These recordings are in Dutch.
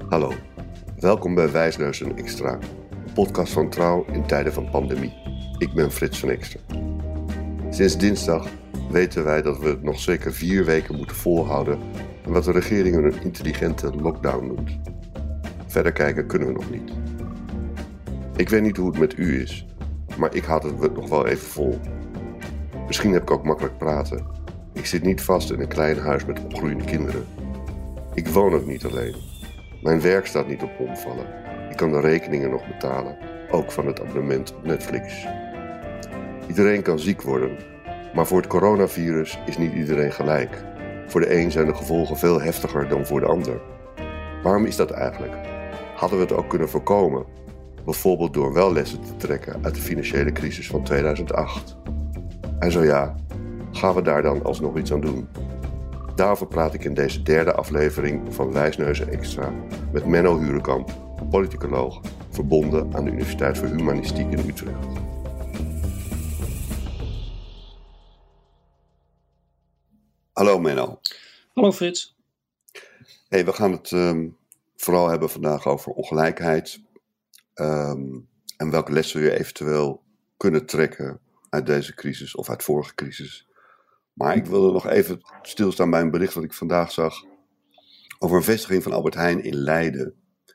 Hallo, welkom bij Wijsneus Extra, een podcast van Trouw in tijden van pandemie. Ik ben Frits van Ekster. Sinds dinsdag weten wij dat we het nog zeker 4 weken moeten volhouden en wat de regering een intelligente lockdown noemt. Verder kijken kunnen we nog niet. Ik weet niet hoe het met u is, maar ik had het nog wel even vol. Misschien heb ik ook makkelijk praten. Ik zit niet vast in een klein huis met opgroeiende kinderen. Ik woon ook niet alleen. Mijn werk staat niet op omvallen. Ik kan de rekeningen nog betalen, ook van het abonnement op Netflix. Iedereen kan ziek worden, maar voor het coronavirus is niet iedereen gelijk. Voor de een zijn de gevolgen veel heftiger dan voor de ander. Waarom is dat eigenlijk? Hadden we het ook kunnen voorkomen? Bijvoorbeeld door wel lessen te trekken uit de financiële crisis van 2008. En zo ja, gaan we daar dan alsnog iets aan doen? Daarover praat ik in deze 3e aflevering van Wijsneus Extra met Menno Hurekamp, politicoloog, verbonden aan de Universiteit voor Humanistiek in Utrecht. Hallo Menno. Hallo Frits. Hey, we gaan het vooral hebben vandaag over ongelijkheid en welke lessen we eventueel kunnen trekken uit deze crisis of uit vorige crisis. Maar ik wilde nog even stilstaan bij een bericht dat ik vandaag zag over een vestiging van Albert Heijn in Leiden.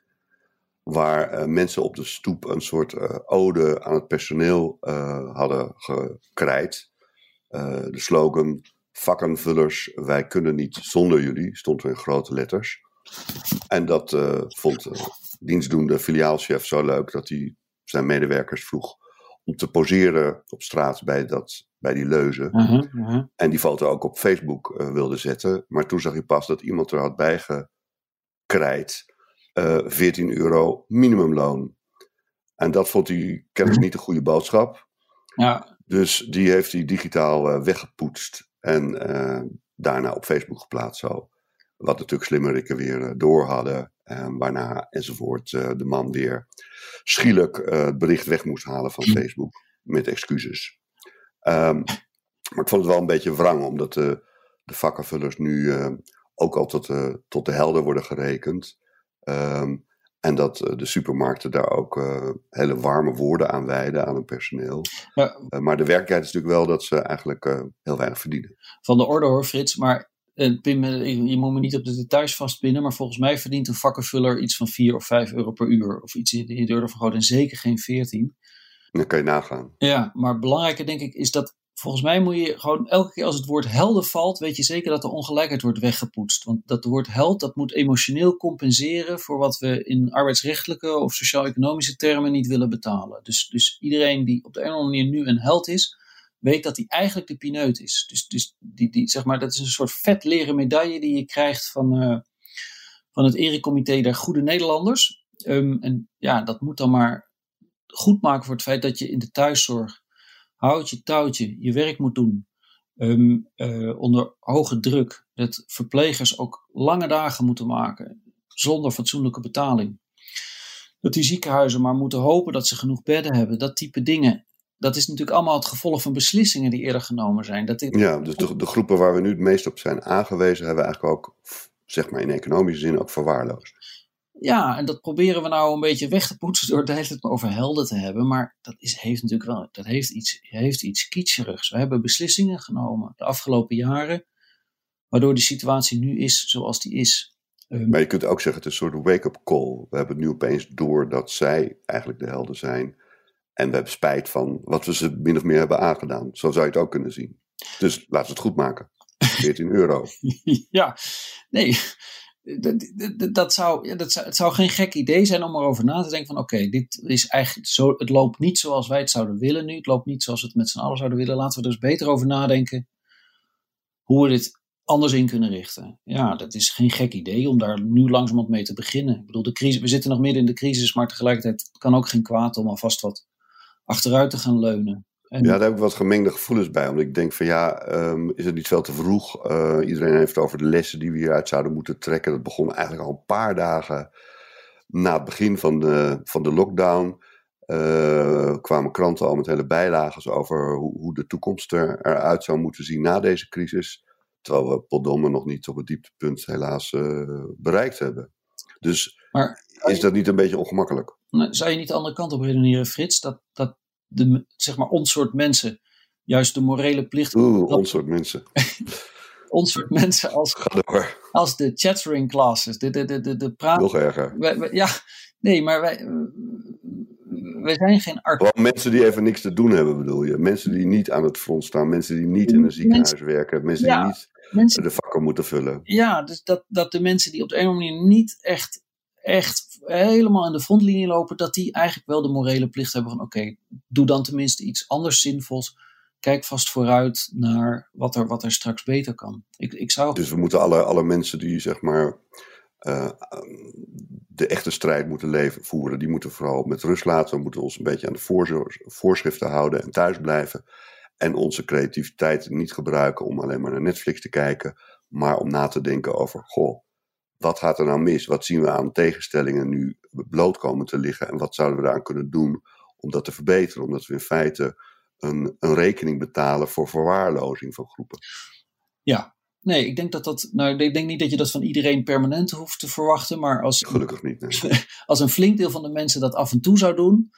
Waar mensen op de stoep een soort ode aan het personeel hadden gekreid. De slogan, vakkenvullers, wij kunnen niet zonder jullie, stond er in grote letters. En dat vond de dienstdoende filiaalchef zo leuk dat hij zijn medewerkers vroeg om te poseren op straat bij die leuzen. En die foto ook op Facebook wilde zetten. Maar toen zag hij pas dat iemand er had bijgekreid €14 minimumloon. En dat vond hij kennelijk niet een goede boodschap. Ja. Dus die heeft hij digitaal weggepoetst. En daarna op Facebook geplaatst zo. Wat natuurlijk slimmerikken weer door hadden. Waarna enzovoort de man weer schielijk het bericht weg moest halen van Facebook. Met excuses. Maar ik vond het wel een beetje wrang. Omdat de vakkenvullers nu ook al tot de helden worden gerekend. En dat de supermarkten daar ook hele warme woorden aan wijden aan hun personeel. Ja. Maar de werkelijkheid is natuurlijk wel dat ze eigenlijk heel weinig verdienen. Van de orde hoor Frits, maar je moet me niet op de details vastpinnen, maar volgens mij verdient een vakkenvuller iets van €4 of €5 per uur. Of iets in de orde van grootte en zeker geen 14. Dan kan je nagaan. Ja, maar belangrijker denk ik is dat volgens mij moet je gewoon elke keer als het woord helden valt, weet je zeker dat de ongelijkheid wordt weggepoetst. Want dat woord held, dat moet emotioneel compenseren voor wat we in arbeidsrechtelijke of sociaal-economische termen niet willen betalen. Dus iedereen die op de een of andere manier nu een held is, weet dat hij eigenlijk de pineut is. Dus die zeg maar, dat is een soort vet leren medaille die je krijgt van het erecomité der goede Nederlanders. En ja, dat moet dan maar goed maken voor het feit dat je in de thuiszorg houd je touwtje, je werk moet doen. Onder hoge druk. Dat verplegers ook lange dagen moeten maken. Zonder fatsoenlijke betaling. Dat die ziekenhuizen maar moeten hopen dat ze genoeg bedden hebben. Dat type dingen. Dat is natuurlijk allemaal het gevolg van beslissingen die eerder genomen zijn. Ja, dus de groepen waar we nu het meest op zijn aangewezen, hebben we eigenlijk ook, zeg maar in economische zin, ook verwaarloosd. Ja, en dat proberen we nou een beetje weg te poetsen door het maar over helden te hebben. Maar dat heeft iets kitscherigs. We hebben beslissingen genomen de afgelopen jaren, waardoor de situatie nu is zoals die is. Maar je kunt ook zeggen, het is een soort wake-up call. We hebben het nu opeens door dat zij eigenlijk de helden zijn. En we hebben spijt van wat we ze min of meer hebben aangedaan. Zo zou je het ook kunnen zien. Dus laten we het goed maken. €14. Ja, nee. Het zou geen gek idee zijn om erover na te denken van oké, dit is eigenlijk zo, het loopt niet zoals wij het zouden willen nu. Het loopt niet zoals we het met z'n allen zouden willen. Laten we er dus beter over nadenken hoe we dit anders in kunnen richten. Ja, dat is geen gek idee om daar nu langzamerhand mee te beginnen. Ik bedoel, we zitten nog midden in de crisis, maar tegelijkertijd kan ook geen kwaad om alvast wat achteruit te gaan leunen. Ja, daar heb ik wat gemengde gevoelens bij. Want ik denk van is het niet veel te vroeg? Iedereen heeft het over de lessen die we hieruit zouden moeten trekken. Dat begon eigenlijk al een paar dagen na het begin van de lockdown. Kwamen kranten al met hele bijlagen over hoe de toekomst eruit zou moeten zien na deze crisis. Terwijl we potdomme nog niet op het dieptepunt helaas bereikt hebben. Dus Maar Is dat niet een beetje ongemakkelijk? zou je niet de andere kant op redeneren, Frits? Dat zeg maar ons soort mensen juist de morele plicht... Ons soort mensen. Ons soort mensen Ga door. als de chattering classes, de praat... Nog erger. Maar wij zijn geen arts. Gewoon mensen die even niks te doen hebben, bedoel je? Mensen die niet aan het front staan, mensen die niet in een ziekenhuis werken, mensen die niet de vakken moeten vullen. Ja, dus dat de mensen die op de een of andere manier niet echt helemaal in de frontlinie lopen, dat die eigenlijk wel de morele plicht hebben van oké, doe dan tenminste iets anders zinvols. Kijk vast vooruit naar wat er straks beter kan. Dus we moeten alle mensen die zeg maar de echte strijd moeten voeren, die moeten vooral met rust laten. We moeten ons een beetje aan de voorschriften houden en thuis blijven. En onze creativiteit niet gebruiken om alleen maar naar Netflix te kijken, maar om na te denken over, wat gaat er nou mis? Wat zien we aan tegenstellingen nu bloot komen te liggen? En wat zouden we daaraan kunnen doen om dat te verbeteren? Omdat we in feite een rekening betalen voor verwaarlozing van groepen. Ja, nee, ik denk ik denk niet dat je dat van iedereen permanent hoeft te verwachten, maar Gelukkig niet. Nee. Als een flink deel van de mensen dat af en toe zou doen,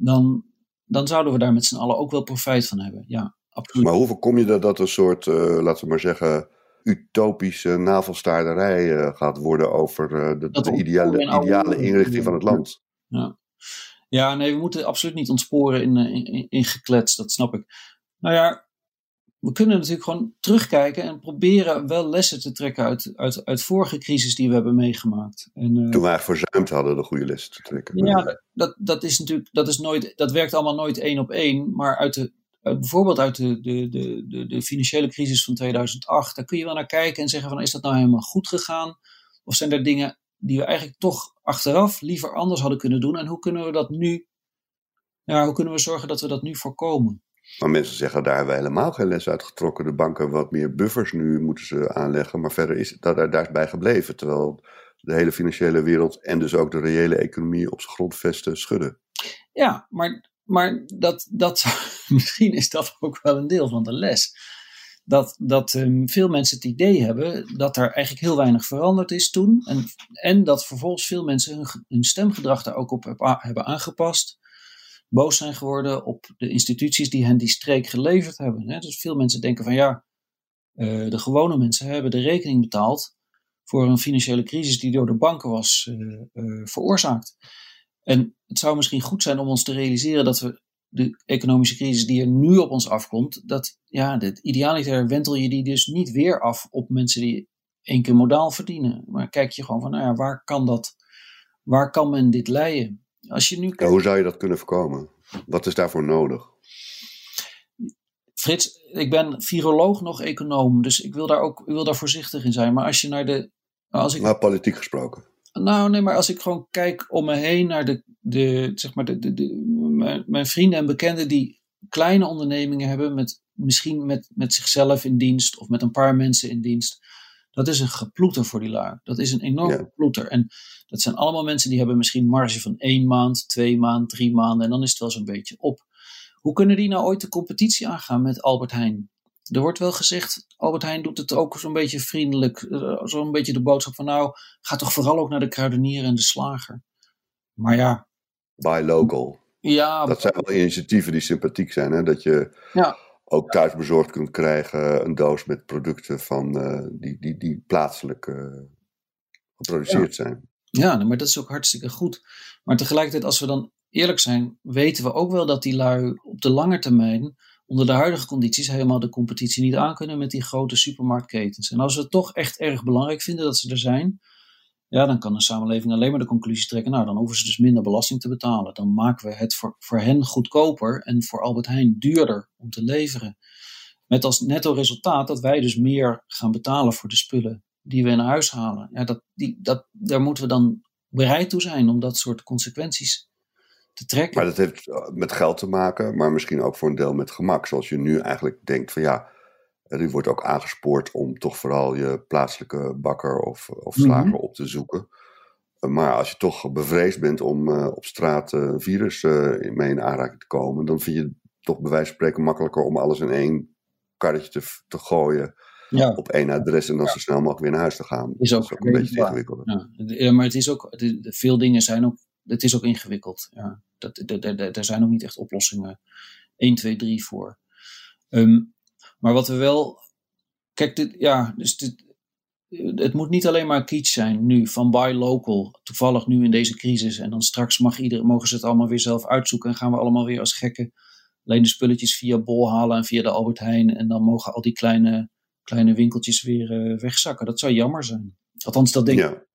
dan zouden we daar met z'n allen ook wel profijt van hebben. Ja, absoluut. Maar hoe voorkom je dat een soort, laten we maar zeggen, utopische navelstaarderij gaat worden over de ideale inrichting van het land? Ja, nee, we moeten absoluut niet ontsporen in geklets, dat snap ik. Nou ja, we kunnen natuurlijk gewoon terugkijken en proberen wel lessen te trekken uit vorige crisis die we hebben meegemaakt. En, toen wij verzuimd hadden de goede lessen te trekken. Ja, dat is natuurlijk, dat werkt allemaal nooit 1 op 1, maar bijvoorbeeld uit de financiële crisis van 2008, daar kun je wel naar kijken en zeggen van, is dat nou helemaal goed gegaan? Of zijn er dingen die we eigenlijk toch achteraf liever anders hadden kunnen doen? En hoe kunnen we dat nu, hoe kunnen we zorgen dat we dat nu voorkomen? Maar mensen zeggen, daar hebben we helemaal geen les uit getrokken. De banken wat meer buffers nu moeten ze aanleggen. Maar verder is daar is bij gebleven. Terwijl de hele financiële wereld en dus ook de reële economie op zijn grondvesten schudden. Ja, maar misschien is dat ook wel een deel van de les. Dat veel mensen het idee hebben dat er eigenlijk heel weinig veranderd is toen. En dat vervolgens veel mensen hun stemgedrag daar ook op hebben aangepast. Boos zijn geworden op de instituties die hen die streek geleverd hebben. Hè? Dus veel mensen denken van de gewone mensen hebben de rekening betaald voor een financiële crisis die door de banken was veroorzaakt. En het zou misschien goed zijn om ons te realiseren dat we de economische crisis die er nu op ons afkomt, idealiter wentel je die dus niet weer af op mensen die 1 keer modaal verdienen. Maar kijk je gewoon van, waar kan men dit leiden? Als je nu kijkt, hoe zou je dat kunnen voorkomen? Wat is daarvoor nodig? Frits, ik ben viroloog nog econoom, dus ik wil daar voorzichtig in zijn. Maar als je Maar politiek gesproken. Nou, nee, maar als ik gewoon kijk om me heen naar mijn vrienden en bekenden die kleine ondernemingen hebben, misschien met zichzelf in dienst of met een paar mensen in dienst. Dat is een geploeter voor die lui. Dat is een enorm geploeter. En dat zijn allemaal mensen die hebben misschien marge van 1 maand, 2 maanden, 3 maanden. En dan is het wel zo'n beetje op. Hoe kunnen die nou ooit de competitie aangaan met Albert Heijn? Er wordt wel gezegd, Albert Heijn doet het ook zo'n beetje vriendelijk. Zo'n beetje de boodschap van ga toch vooral ook naar de kruidenier en de slager. Maar ja. Buy local. Ja. Dat zijn wel initiatieven die sympathiek zijn. Hè? Dat je ook thuis bezorgd kunt krijgen een doos met producten van die plaatselijk geproduceerd zijn. Ja, maar dat is ook hartstikke goed. Maar tegelijkertijd, als we dan eerlijk zijn, weten we ook wel dat die lui op de lange termijn onder de huidige condities helemaal de competitie niet aankunnen met die grote supermarktketens. En als we het toch echt erg belangrijk vinden dat ze er zijn, dan kan de samenleving alleen maar de conclusie trekken, dan hoeven ze dus minder belasting te betalen. Dan maken we het voor hen goedkoper en voor Albert Heijn duurder om te leveren. Met als netto resultaat dat wij dus meer gaan betalen voor de spullen die we in huis halen. Daar moeten we dan bereid toe zijn om dat soort consequenties te trekken. Maar dat heeft met geld te maken, maar misschien ook voor een deel met gemak. Zoals je nu eigenlijk denkt van u wordt ook aangespoord om toch vooral je plaatselijke bakker of slager op te zoeken. Maar als je toch bevreesd bent om op straat een virus mee in aanraking te komen, dan vind je het toch bij wijze van spreken makkelijker om alles in één karretje te gooien Ja. op één adres en dan zo snel mogelijk weer naar huis te gaan. Is Dat is ook een beetje ingewikkeld. Ja, maar het is ook, veel dingen zijn ook, het is ook ingewikkeld. Ja. Er zijn ook niet echt oplossingen 1, 2, 3 voor. Maar wat we wel, kijk, het moet niet alleen maar kitsch zijn nu, van buy local, toevallig nu in deze crisis. En dan straks mogen ze het allemaal weer zelf uitzoeken en gaan we allemaal weer als gekken alleen de spulletjes via Bol halen en via de Albert Heijn. En dan mogen al die kleine winkeltjes weer wegzakken. Dat zou jammer zijn. Althans, dat denk ik.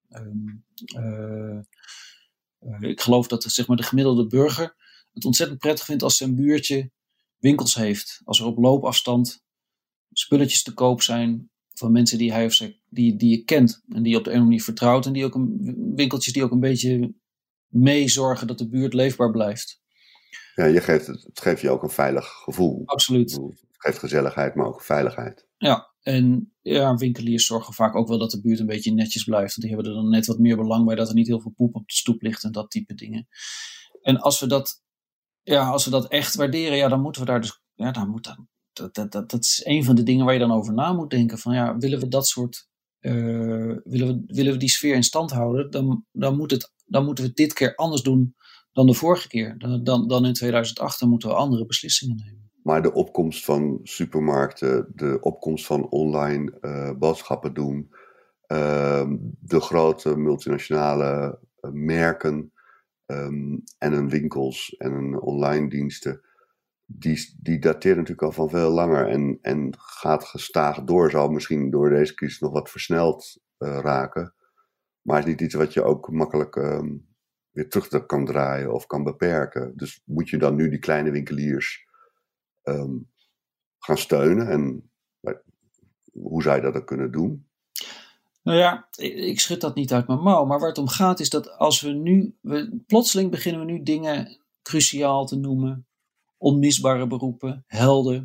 Ik geloof dat zeg maar, de gemiddelde burger het ontzettend prettig vindt als zijn buurtje winkels heeft. Als er op loopafstand spulletjes te koop zijn van mensen die hij of zij die je kent en die je op de een of andere manier vertrouwt en die ook winkeltjes die ook een beetje meezorgen dat de buurt leefbaar blijft. Ja, het geeft je ook een veilig gevoel. Absoluut. Het geeft gezelligheid, maar ook veiligheid. Ja, en winkeliers zorgen vaak ook wel dat de buurt een beetje netjes blijft. Want die hebben er dan net wat meer belang bij dat er niet heel veel poep op de stoep ligt en dat type dingen. En als we dat echt waarderen, dan moeten we daar dus, dat is een van de dingen waar je dan over na moet denken. Van willen we dat soort, willen we die sfeer in stand houden, dan moeten we het dit keer anders doen dan de vorige keer. Dan in 2008, dan moeten we andere beslissingen nemen. Maar de opkomst van supermarkten, de opkomst van online boodschappen doen, de grote multinationale merken en hun winkels en hun online diensten, die dateren natuurlijk al van veel langer en gaat gestaag door, zal misschien door deze crisis nog wat versneld raken. Maar het is niet iets wat je ook makkelijk weer terug kan draaien of kan beperken. Dus moet je dan nu die kleine winkeliers gaan steunen en hoe zou je dat dan kunnen doen? Nou ja, ik schud dat niet uit mijn mouw, maar waar het om gaat is dat als plotseling beginnen we nu dingen cruciaal te noemen, onmisbare beroepen, helden.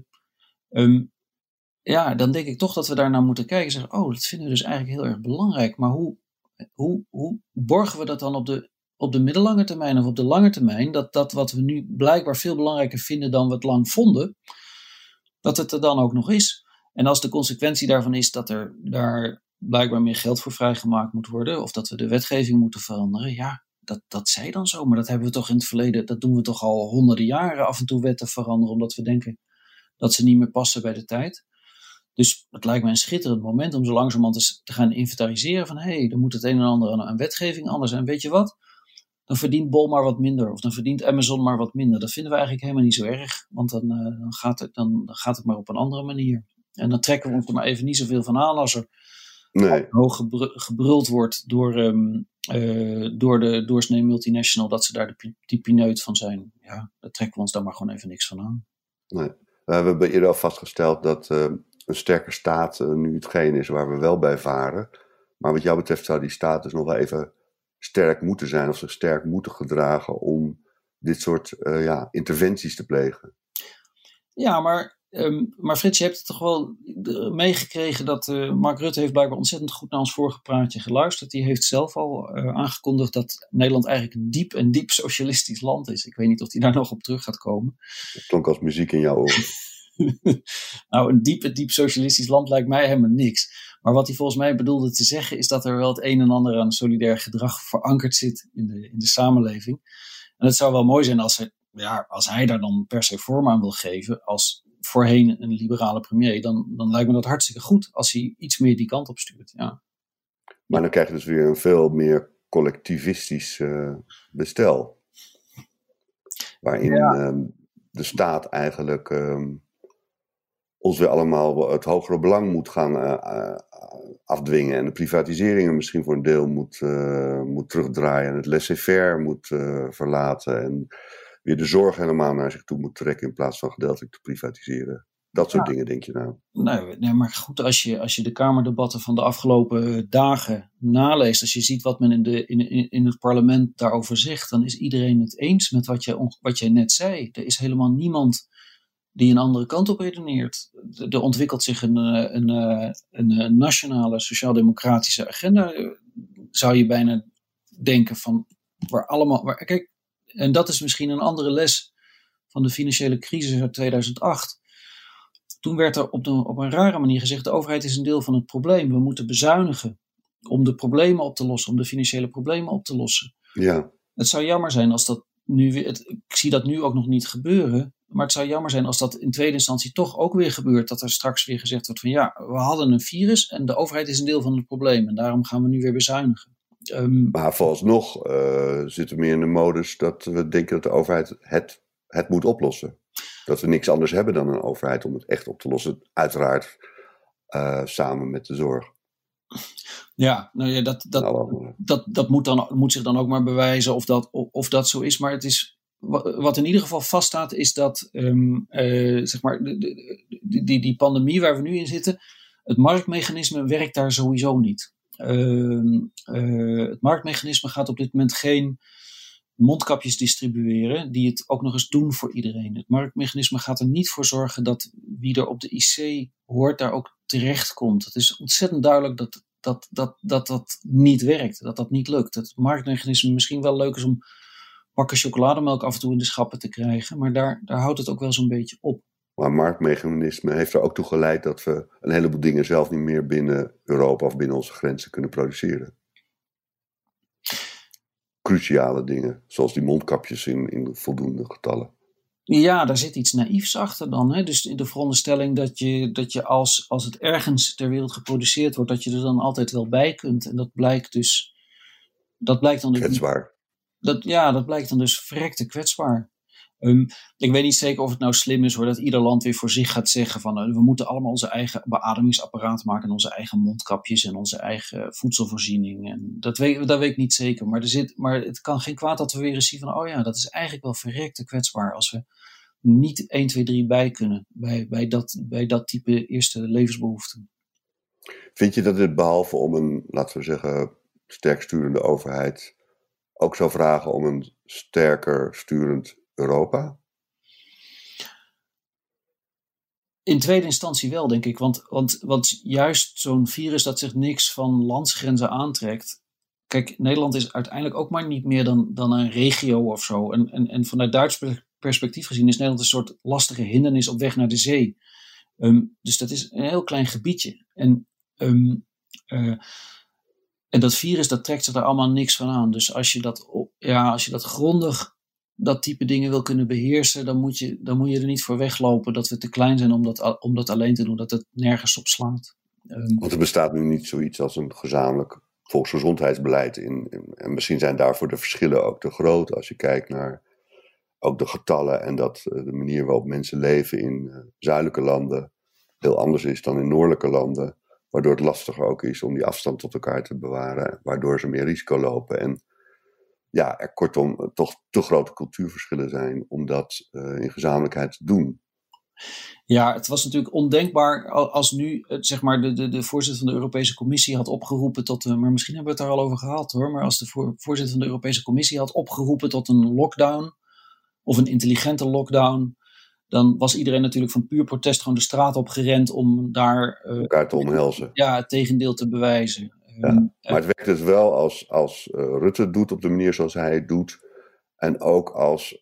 Dan denk ik toch dat we daarnaar moeten kijken en zeggen, dat vinden we dus eigenlijk heel erg belangrijk, maar hoe borgen we dat dan op de middellange termijn of op de lange termijn, dat wat we nu blijkbaar veel belangrijker vinden dan we het lang vonden, dat het er dan ook nog is. En als de consequentie daarvan is dat er daar blijkbaar meer geld voor vrijgemaakt moet worden, of dat we de wetgeving moeten veranderen, dat zij dan zo. Maar dat hebben we toch in het verleden, dat doen we toch al honderden jaren af en toe wetten veranderen, omdat we denken dat ze niet meer passen bij de tijd. Dus het lijkt mij een schitterend moment om zo langzamerhand te gaan inventariseren van dan moet het een en ander aan wetgeving anders. En weet je wat? Dan verdient Bol maar wat minder. Of dan verdient Amazon maar wat minder. Dat vinden we eigenlijk helemaal niet zo erg. Want dan gaat het maar op een andere manier. En dan trekken we ons er maar even niet zoveel van aan als er hoog gebruld wordt door de doorsnee multinational dat ze daar die pineut van zijn. Ja, daar trekken we ons dan maar gewoon even niks van aan. Nee. We hebben eerder al vastgesteld dat een sterke staat nu hetgeen is waar we wel bij varen. Maar wat jou betreft zou die staat dus nog wel even sterk moeten zijn of zich sterk moeten gedragen om dit soort interventies te plegen. Ja, maar Frits, je hebt het toch wel meegekregen dat Mark Rutte heeft blijkbaar ontzettend goed naar ons vorige praatje geluisterd. Die heeft zelf al aangekondigd dat Nederland eigenlijk een diep socialistisch land is. Ik weet niet of hij daar nog op terug gaat komen. Dat klonk als muziek in jouw oren. Nou, een diep socialistisch land lijkt mij helemaal niks. Maar wat hij volgens mij bedoelde te zeggen is dat er wel het een en ander aan solidair gedrag verankerd zit in de samenleving. En het zou wel mooi zijn als hij daar dan per se vorm aan wil geven als voorheen een liberale premier, dan lijkt me dat hartstikke goed als hij iets meer die kant op stuurt. Ja. Maar dan krijg je dus weer een veel meer collectivistisch bestel. Waarin de staat eigenlijk ons weer allemaal het hogere belang moet gaan afdwingen. En de privatiseringen misschien voor een deel moet terugdraaien. En het laissez-faire moet verlaten. En weer de zorg helemaal naar zich toe moet trekken in plaats van gedeeltelijk te privatiseren. Dat soort dingen denk je nou? Nee, maar goed, als je de Kamerdebatten van de afgelopen dagen naleest, als je ziet wat men in het parlement daarover zegt, dan is iedereen het eens met wat jij net zei. Er is helemaal niemand die een andere kant op redeneert. Er ontwikkelt zich een nationale sociaal-democratische agenda, zou je bijna denken van kijk, en dat is misschien een andere les van de financiële crisis uit 2008. toen werd er op een rare manier gezegd, de overheid is een deel van het probleem. We moeten bezuinigen om de problemen op te lossen, om de financiële problemen op te lossen. Ja. Het zou jammer zijn als dat nu weer, ik zie dat nu ook nog niet gebeuren, maar het zou jammer zijn als dat in tweede instantie toch ook weer gebeurt, dat er straks weer gezegd wordt van ja, we hadden een virus en de overheid is een deel van het probleem en daarom gaan we nu weer bezuinigen. Maar vooralsnog zitten we meer in de modus dat we denken dat de overheid het moet oplossen. Dat we niks anders hebben dan een overheid om het echt op te lossen. Uiteraard samen met de zorg. Ja, nou ja, dat moet zich dan ook maar bewijzen of dat zo is. Maar het is, wat in ieder geval vaststaat is dat zeg maar die pandemie waar we nu in zitten, het marktmechanisme werkt daar sowieso niet. Het marktmechanisme gaat op dit moment geen mondkapjes distribueren die het ook nog eens doen voor iedereen. Het marktmechanisme gaat er niet voor zorgen dat wie er op de IC hoort daar ook terecht komt. Het is ontzettend duidelijk dat niet werkt, dat niet lukt. Dat het marktmechanisme misschien wel leuk is om pakken chocolademelk af en toe in de schappen te krijgen, maar daar houdt het ook wel zo'n beetje op. Maar marktmechanisme heeft er ook toe geleid dat we een heleboel dingen zelf niet meer binnen Europa of binnen onze grenzen kunnen produceren. Cruciale dingen, zoals die mondkapjes in voldoende getallen. Ja, daar zit iets naïefs achter dan. Hè? Dus de veronderstelling dat je als het ergens ter wereld geproduceerd wordt, dat je er dan altijd wel bij kunt. En dat blijkt dan dus kwetsbaar. Dat blijkt dan dus verrekte kwetsbaar. Ik weet niet zeker of het nou slim is hoor, dat ieder land weer voor zich gaat zeggen van we moeten allemaal onze eigen beademingsapparaat maken en onze eigen mondkapjes en onze eigen voedselvoorziening. En dat weet ik niet zeker. Maar het kan geen kwaad dat we weer eens zien van oh ja, dat is eigenlijk wel verrekte kwetsbaar als we niet 1, 2, 3 bij kunnen bij dat type eerste levensbehoeften. Vind je dat het behalve om een, laten we zeggen, sterk sturende overheid ook zou vragen om een sterker sturend Europa? In tweede instantie wel, denk ik. Want juist zo'n virus dat zich niks van landsgrenzen aantrekt. Kijk, Nederland is uiteindelijk ook maar niet meer dan een regio of zo. En vanuit Duits perspectief gezien is Nederland een soort lastige hindernis op weg naar de zee. Dus dat is een heel klein gebiedje. En dat virus, dat trekt zich daar allemaal niks van aan. Dus als je dat grondig, dat type dingen wil kunnen beheersen, dan moet je er niet voor weglopen dat we te klein zijn om dat alleen te doen, dat het nergens op slaat. Want er bestaat nu niet zoiets als een gezamenlijk volksgezondheidsbeleid en misschien zijn daarvoor de verschillen ook te groot als je kijkt naar ook de getallen en dat de manier waarop mensen leven in zuidelijke landen heel anders is dan in noordelijke landen, waardoor het lastiger ook is om die afstand tot elkaar te bewaren, waardoor ze meer risico lopen en ja, er kortom toch te grote cultuurverschillen zijn om dat in gezamenlijkheid te doen. Ja, het was natuurlijk ondenkbaar als nu zeg maar de voorzitter van de Europese Commissie had opgeroepen tot, maar misschien hebben we het daar al over gehad hoor, maar als de voorzitter van de Europese Commissie had opgeroepen tot een lockdown of een intelligente lockdown, dan was iedereen natuurlijk van puur protest gewoon de straat op gerend om daar elkaar te omhelzen. Ja, het tegendeel te bewijzen. Ja, maar het werkt dus wel als Rutte het doet op de manier zoals hij het doet. En ook als,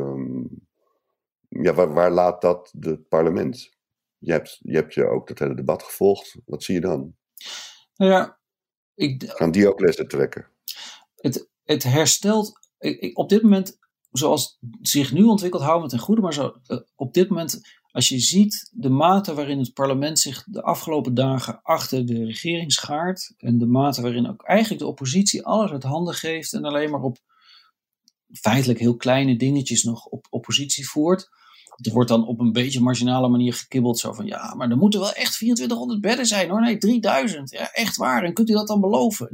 waar laat dat het parlement? Je hebt je ook dat hele debat gevolgd. Wat zie je dan? Nou ja, gaan die ook lessen trekken? Het herstelt, op dit moment, zoals het zich nu ontwikkelt, houden we het ten goede. Maar op dit moment, als je ziet de mate waarin het parlement zich de afgelopen dagen achter de regering schaart. En de mate waarin ook eigenlijk de oppositie alles uit handen geeft. En alleen maar op feitelijk heel kleine dingetjes nog op oppositie voert. Er wordt dan op een beetje marginale manier gekibbeld. Zo van ja, maar er moeten wel echt 2400 bedden zijn hoor. Nee, 3000. Ja, echt waar. En kunt u dat dan beloven?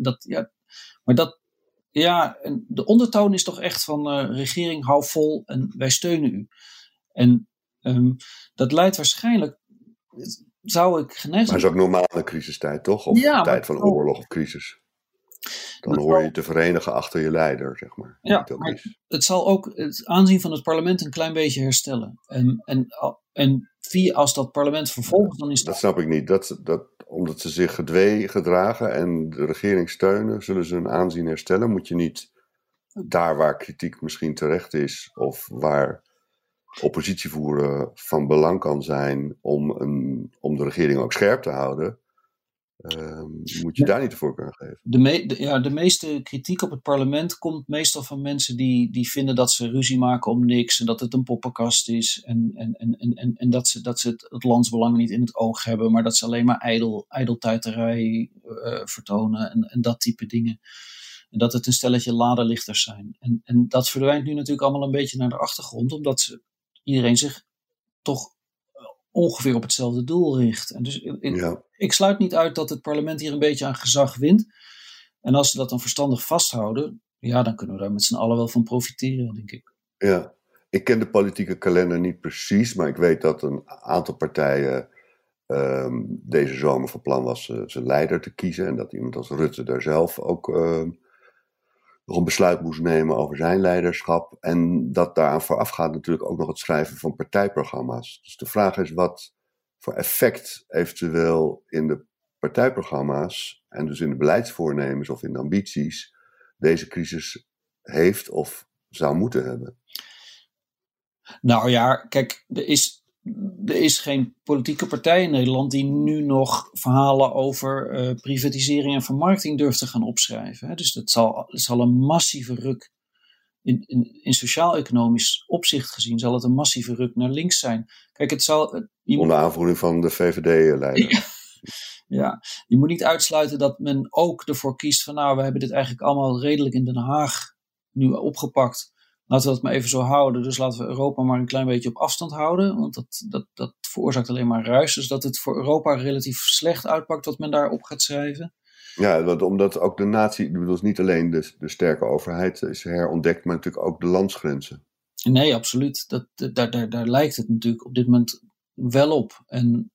En de ondertoon is toch echt van regering, hou vol en wij steunen u. En dat leidt waarschijnlijk, zou ik geneigd zijn. Maar het is ook normaal in een crisistijd, toch? Of tijd van oorlog of crisis. Dan hoor je te verenigen achter je leider, zeg maar. Ja, maar het zal ook het aanzien van het parlement een klein beetje herstellen. En als dat parlement vervolgens dan is... Dat snap ik niet. Dat omdat ze zich gedwee gedragen en de regering steunen, zullen ze hun aanzien herstellen. Moet je niet daar waar kritiek misschien terecht is of waar oppositie voeren van belang kan zijn om de regering ook scherp te houden, moet je daar niet de voorkeur aan geven. De meeste kritiek op het parlement komt meestal van mensen die vinden dat ze ruzie maken om niks en dat het een poppenkast is en dat ze het landsbelang niet in het oog hebben, maar dat ze alleen maar ijdeltuiterij vertonen en dat type dingen. En dat het een stelletje laderlichters zijn. En dat verdwijnt nu natuurlijk allemaal een beetje naar de achtergrond, omdat iedereen zich toch ongeveer op hetzelfde doel richt. En dus ik sluit niet uit dat het parlement hier een beetje aan gezag wint. En als ze dat dan verstandig vasthouden, dan kunnen we daar met z'n allen wel van profiteren, denk ik. Ja, ik ken de politieke kalender niet precies, maar ik weet dat een aantal partijen deze zomer van plan was zijn leider te kiezen. En dat iemand als Rutte daar zelf ook nog een besluit moest nemen over zijn leiderschap. En dat daaraan voorafgaat natuurlijk ook nog het schrijven van partijprogramma's. Dus de vraag is wat voor effect eventueel in de partijprogramma's en dus in de beleidsvoornemens of in de ambities deze crisis heeft of zou moeten hebben. Nou ja, kijk, er is geen politieke partij in Nederland die nu nog verhalen over privatisering en vermarkting durft te gaan opschrijven. Hè. Dus het zal een massieve ruk in sociaal-economisch opzicht gezien, zal het een massieve ruk naar links zijn. Kijk, onder aanvoering van de VVD-leider. Ja, je moet niet uitsluiten dat men ook ervoor kiest van we hebben dit eigenlijk allemaal redelijk in Den Haag nu opgepakt. Laten we dat maar even zo houden. Dus laten we Europa maar een klein beetje op afstand houden. Want dat veroorzaakt alleen maar ruis. Dus dat het voor Europa relatief slecht uitpakt wat men daarop gaat schrijven. Ja, omdat ook de natie, ik bedoel, niet alleen de sterke overheid is herontdekt, maar natuurlijk ook de landsgrenzen. Nee, absoluut. Daar lijkt het natuurlijk op dit moment wel op. En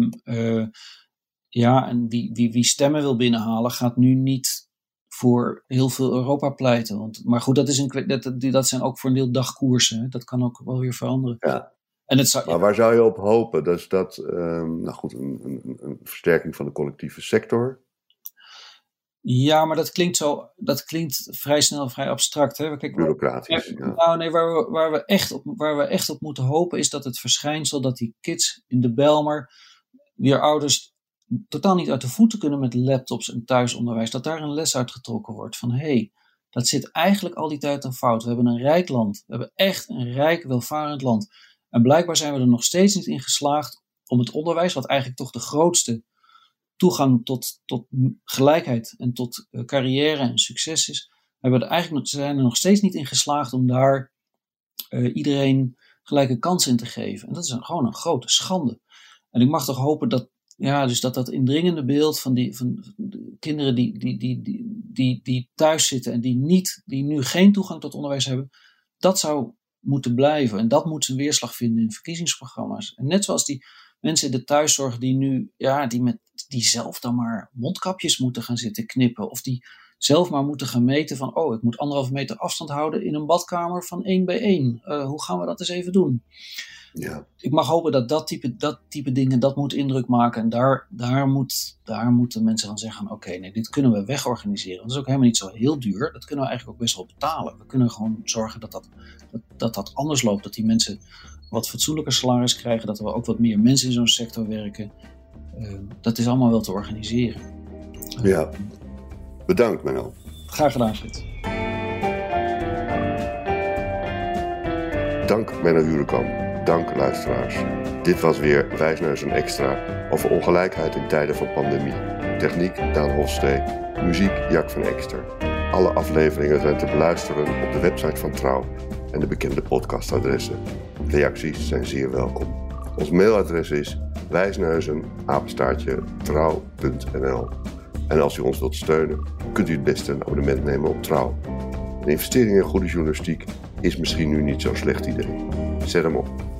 en wie stemmen wil binnenhalen gaat nu niet voor heel veel Europa pleiten. Maar goed, dat zijn ook voor een deel dagkoersen. Hè. Dat kan ook wel weer veranderen. Ja. Maar waar zou je op hopen? Dus dat, een versterking van de collectieve sector. Ja, maar dat klinkt vrij snel, vrij abstract. Hè? Kijk, bureaucratisch. Waar we echt op moeten hopen is dat het verschijnsel dat die kids in de Bijlmer, wier ouders totaal niet uit de voeten kunnen met laptops en thuisonderwijs, dat daar een les uitgetrokken wordt van dat zit eigenlijk al die tijd aan fout. We hebben een rijk land. We hebben echt een rijk, welvarend land. En blijkbaar zijn we er nog steeds niet in geslaagd om het onderwijs, wat eigenlijk toch de grootste toegang tot gelijkheid en tot carrière en succes is, zijn er nog steeds niet in geslaagd om daar iedereen gelijke kans in te geven. En dat is gewoon een grote schande. En ik mag toch hopen dat indringende beeld van die kinderen die thuis zitten en die nu geen toegang tot onderwijs hebben, dat zou moeten blijven. En dat moet zijn weerslag vinden in verkiezingsprogramma's. En net zoals die mensen in de thuiszorg die nu, die zelf dan maar mondkapjes moeten gaan zitten knippen. Of die zelf maar moeten gaan meten van, ik moet 1,5 meter afstand houden in een badkamer van 1 bij 1. Hoe gaan we dat eens even doen? Ja. Ik mag hopen dat type dingen, dat moet indruk maken. En daar moeten mensen dan zeggen, dit kunnen we wegorganiseren. Dat is ook helemaal niet zo heel duur. Dat kunnen we eigenlijk ook best wel betalen. We kunnen gewoon zorgen dat anders loopt. Dat die mensen wat fatsoenlijker salaris krijgen. Dat er ook wat meer mensen in zo'n sector werken. Dat is allemaal wel te organiseren. Ja, bedankt Menno. Graag gedaan, Frits. Dank Menno Jurekamp. Dank luisteraars. Dit was weer Wijsneus en Extra over ongelijkheid in tijden van pandemie. Techniek Daan Hofstee. Muziek Jack van Ekster. Alle afleveringen zijn te beluisteren op de website van Trouw en de bekende podcastadressen. Reacties zijn zeer welkom. Ons mailadres is wijsneuzen@trouw.nl. En als u ons wilt steunen, kunt u het beste een abonnement nemen op Trouw. Een investering in goede journalistiek is misschien nu niet zo'n slecht idee. Zet hem op.